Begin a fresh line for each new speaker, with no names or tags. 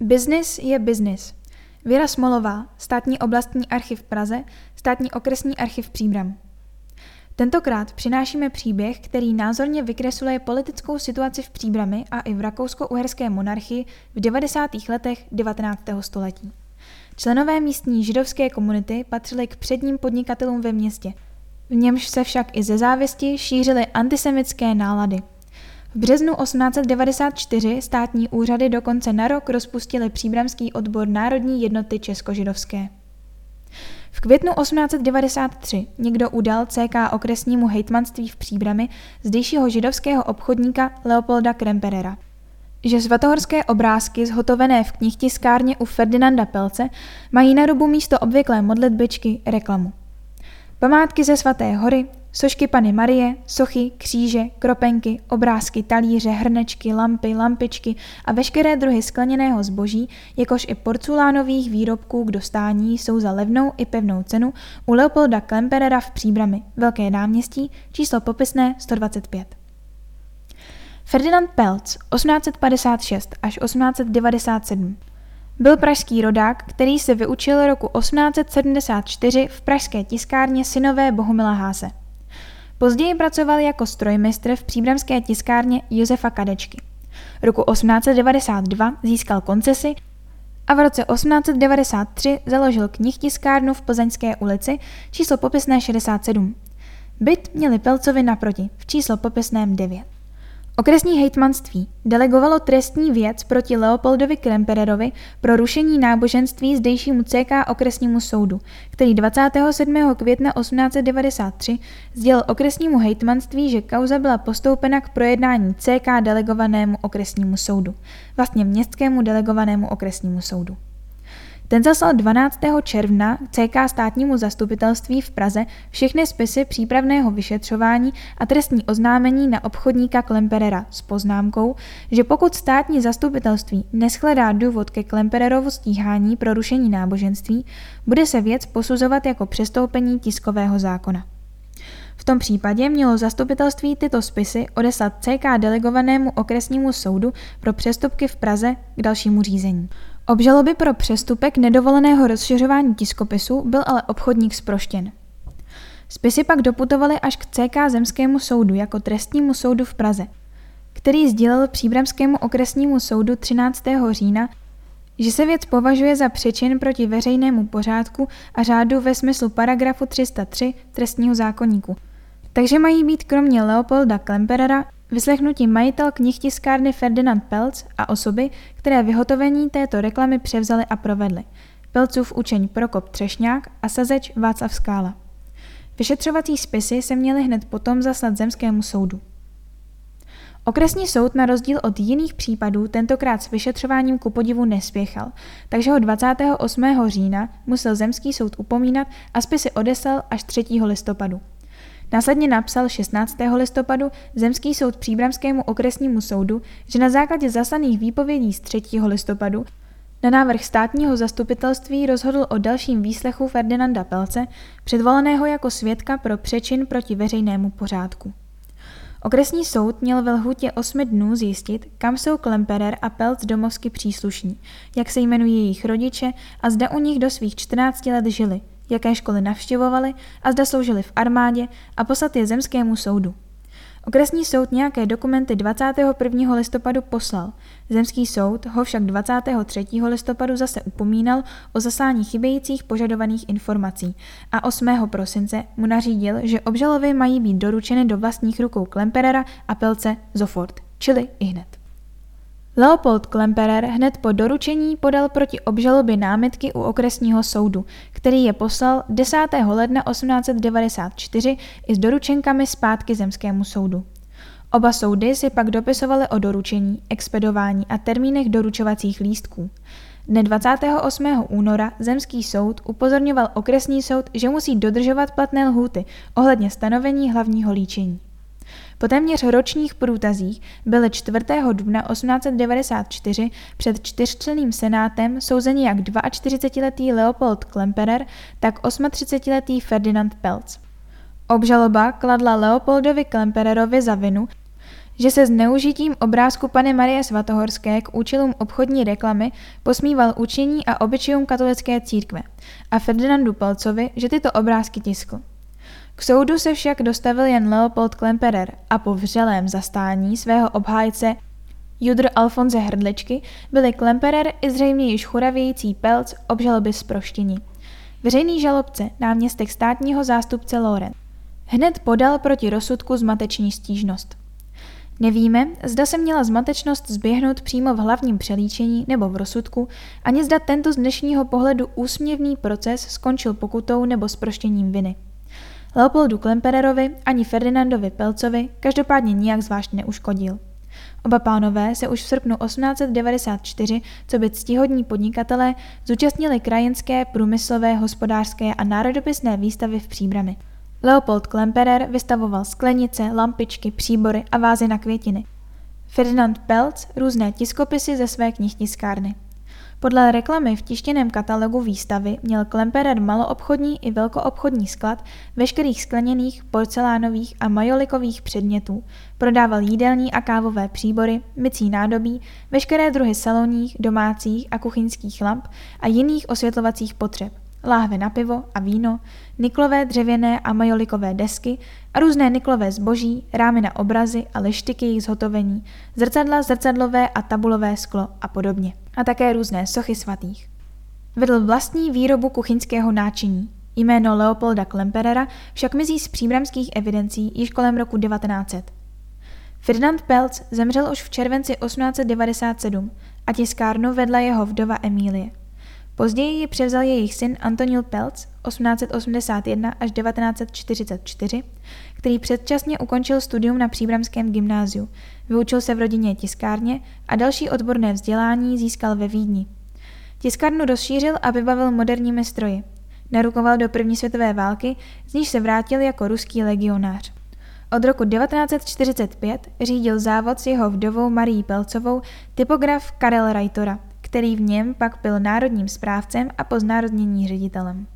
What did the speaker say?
Biznis je biznis. Věra Smolová, Státní oblastní archiv Praze, Státní okresní archiv Příbram. Tentokrát přinášíme příběh, který názorně vykresluje politickou situaci v Příbrami a i v rakousko-uherské monarchii v 90. letech 19. století. Členové místní židovské komunity patřili k předním podnikatelům ve městě, v němž se však i ze závisti šířily antisemitské nálady. V březnu 1894 státní úřady dokonce na rok rozpustily příbramský odbor Národní jednoty českožidovské. V květnu 1893 někdo udal CK okresnímu hejtmanství v Příbrami zdejšího židovského obchodníka Leopolda Kremperera, že svatohorské obrázky zhotovené v knihtiskárně u Ferdinanda Pelce mají na rubu místo obvyklé modlitbičky reklamu. Památky ze Svaté hory, sošky Panny Marie, sochy, kříže, kropenky, obrázky, talíře, hrnečky, lampy, lampičky a veškeré druhy skleněného zboží, jakož i porcelánových výrobků k dostání jsou za levnou i pevnou cenu u Leopolda Klemperera v Příbrami, Velké náměstí, číslo popisné 125. Ferdinand Pelc 1856 až 1897 byl pražský rodák, který se vyučil roku 1874 v pražské tiskárně synové Bohumila Haase. Později pracoval jako strojmistr v příbramské tiskárně Josefa Kadečky. Roku 1892 získal koncesi a v roce 1893 založil knihtiskárnu v Plzeňské ulici, číslo popisné 67. Byt měli Pelcovi naproti, v číslo popisném 9. Okresní hejtmanství delegovalo trestní věc proti Leopoldovi Krempererovi pro rušení náboženství zdejšímu CK okresnímu soudu, který 27. května 1893 sdělil okresnímu hejtmanství, že kauza byla postoupena k projednání CK delegovanému okresnímu soudu, vlastně městskému delegovanému okresnímu soudu. Ten zaslal 12. června CK státnímu zastupitelství v Praze všechny spisy přípravného vyšetřování a trestní oznámení na obchodníka Klemperera s poznámkou, že pokud státní zastupitelství neshledá důvod ke Klempererovu stíhání pro rušení náboženství, bude se věc posuzovat jako přestoupení tiskového zákona. V tom případě mělo zastupitelství tyto spisy odeslat CK delegovanému okresnímu soudu pro přestupky v Praze k dalšímu řízení. Obžaloby pro přestupek nedovoleného rozšiřování tiskopisu byl ale obchodník zproštěn. Spisy pak doputovaly až k CK zemskému soudu jako trestnímu soudu v Praze, který sdělil příbramskému okresnímu soudu 13. října, že se věc považuje za přečin proti veřejnému pořádku a řádu ve smyslu paragrafu 303 trestního zákoníku, takže mají být kromě Leopolda Klemperera vyslechnuti majitel knihtiskárny Ferdinand Pelc a osoby, které vyhotovení této reklamy převzaly a provedly. Pelcův učeň Prokop Třešňák a sazeč Václav Skála. Vyšetřovací spisy se měly hned potom zaslat zemskému soudu. Okresní soud na rozdíl od jiných případů tentokrát s vyšetřováním ku podivu nespěchal, takže ho 28. října musel zemský soud upomínat a spisy odeslal až 3. listopadu. Následně napsal 16. listopadu zemský soud příbramskému okresnímu soudu, že na základě zaslaných výpovědí z 3. listopadu na návrh státního zastupitelství rozhodl o dalším výslechu Ferdinanda Pelce, předvolaného jako svědka pro přečin proti veřejnému pořádku. Okresní soud měl ve lhůtě 8 dnů zjistit, kam jsou Klemperer a Pelc domovsky příslušní, jak se jmenují jejich rodiče a zda u nich do svých 14 let žili, jaké školy navštěvovali a zda sloužili v armádě a poslat je zemskému soudu. Okresní soud nějaké dokumenty 21. listopadu poslal, zemský soud ho však 23. listopadu zase upomínal o zaslání chybějících požadovaných informací a 8. prosince mu nařídil, že obžaloby mají být doručeny do vlastních rukou Klemperera a Pelce sofort, čili ihned. Leopold Klemperer hned po doručení podal proti obžalobě námitky u okresního soudu, který je poslal 10. ledna 1894 i s doručenkami zpátky zemskému soudu. Oba soudy si pak dopisovaly o doručení, expedování a termínech doručovacích lístků. Dne 28. února zemský soud upozorňoval okresní soud, že musí dodržovat platné lhůty ohledně stanovení hlavního líčení. Po téměř ročních průtazích byly 4. dubna 1894 před 4členným senátem souzeni jak 42letý Leopold Klemperer, tak 38letý Ferdinand Pelc. Obžaloba kladla Leopoldovi Klempererovi za vinu, že se zneužitím obrázku Panny Marie Svatohorské k účelům obchodní reklamy posmíval učení a obyčejům katolické církve a Ferdinandu Pelcovi, že tyto obrázky tiskl. K soudu se však dostavil jen Leopold Klemperer a po vřelém zastání svého obhájce Judr Alfonse Hrdličky byli Klemperer i zřejmě již churavějící Pelc obžaloby zproštěni. Veřejný žalobce, náměstek státního zástupce Lorenz, hned podal proti rozsudku zmateční stížnost. Nevíme, zda se měla zmatečnost zběhnout přímo v hlavním přelíčení nebo v rozsudku, ani zda tento z dnešního pohledu úsměvný proces skončil pokutou nebo zproštěním viny. Leopoldu Klempererovi ani Ferdinandovi Pelcovi každopádně nijak zvlášť neuškodil. Oba pánové se už v srpnu 1894 coby ctihodní podnikatelé zúčastnili krajenské, průmyslové, hospodářské a národopisné výstavy v Příbrami. Leopold Klemperer vystavoval sklenice, lampičky, příbory a vázy na květiny. Ferdinand Pelc různé tiskopisy ze své knihtiskárny. Podle reklamy v tištěném katalogu výstavy měl Klemperer maloobchodní i velkoobchodní sklad veškerých skleněných, porcelánových a majolikových předmětů, prodával jídelní a kávové příbory, mycí nádobí, veškeré druhy salonních, domácích a kuchyňských lamp a jiných osvětlovacích potřeb, láhve na pivo a víno, niklové, dřevěné a majolikové desky a různé niklové zboží, rámy na obrazy a lištiky jejich zhotovení, zrcadla, zrcadlové a tabulové sklo a podobně. A také různé sochy svatých. Vedl vlastní výrobu kuchyňského náčiní. Jméno Leopolda Klemperera však mizí z příbramských evidencí již kolem roku 1900. Ferdinand Pelc zemřel už v červenci 1897 a tiskárnu vedla jeho vdova Emílie. Později ji převzal jejich syn Antonil Pelc 1881 až 1944, který předčasně ukončil studium na příbramském gymnáziu, vyučil se v rodině tiskárně a další odborné vzdělání získal ve Vídni. Tiskárnu rozšířil a vybavil moderními stroji. Narukoval do první světové války, z níž se vrátil jako ruský legionář. Od roku 1945 řídil závod s jeho vdovou Marií Pelcovou typograf Karel Reitora, který v něm pak byl národním správcem a po znárodnění ředitelem.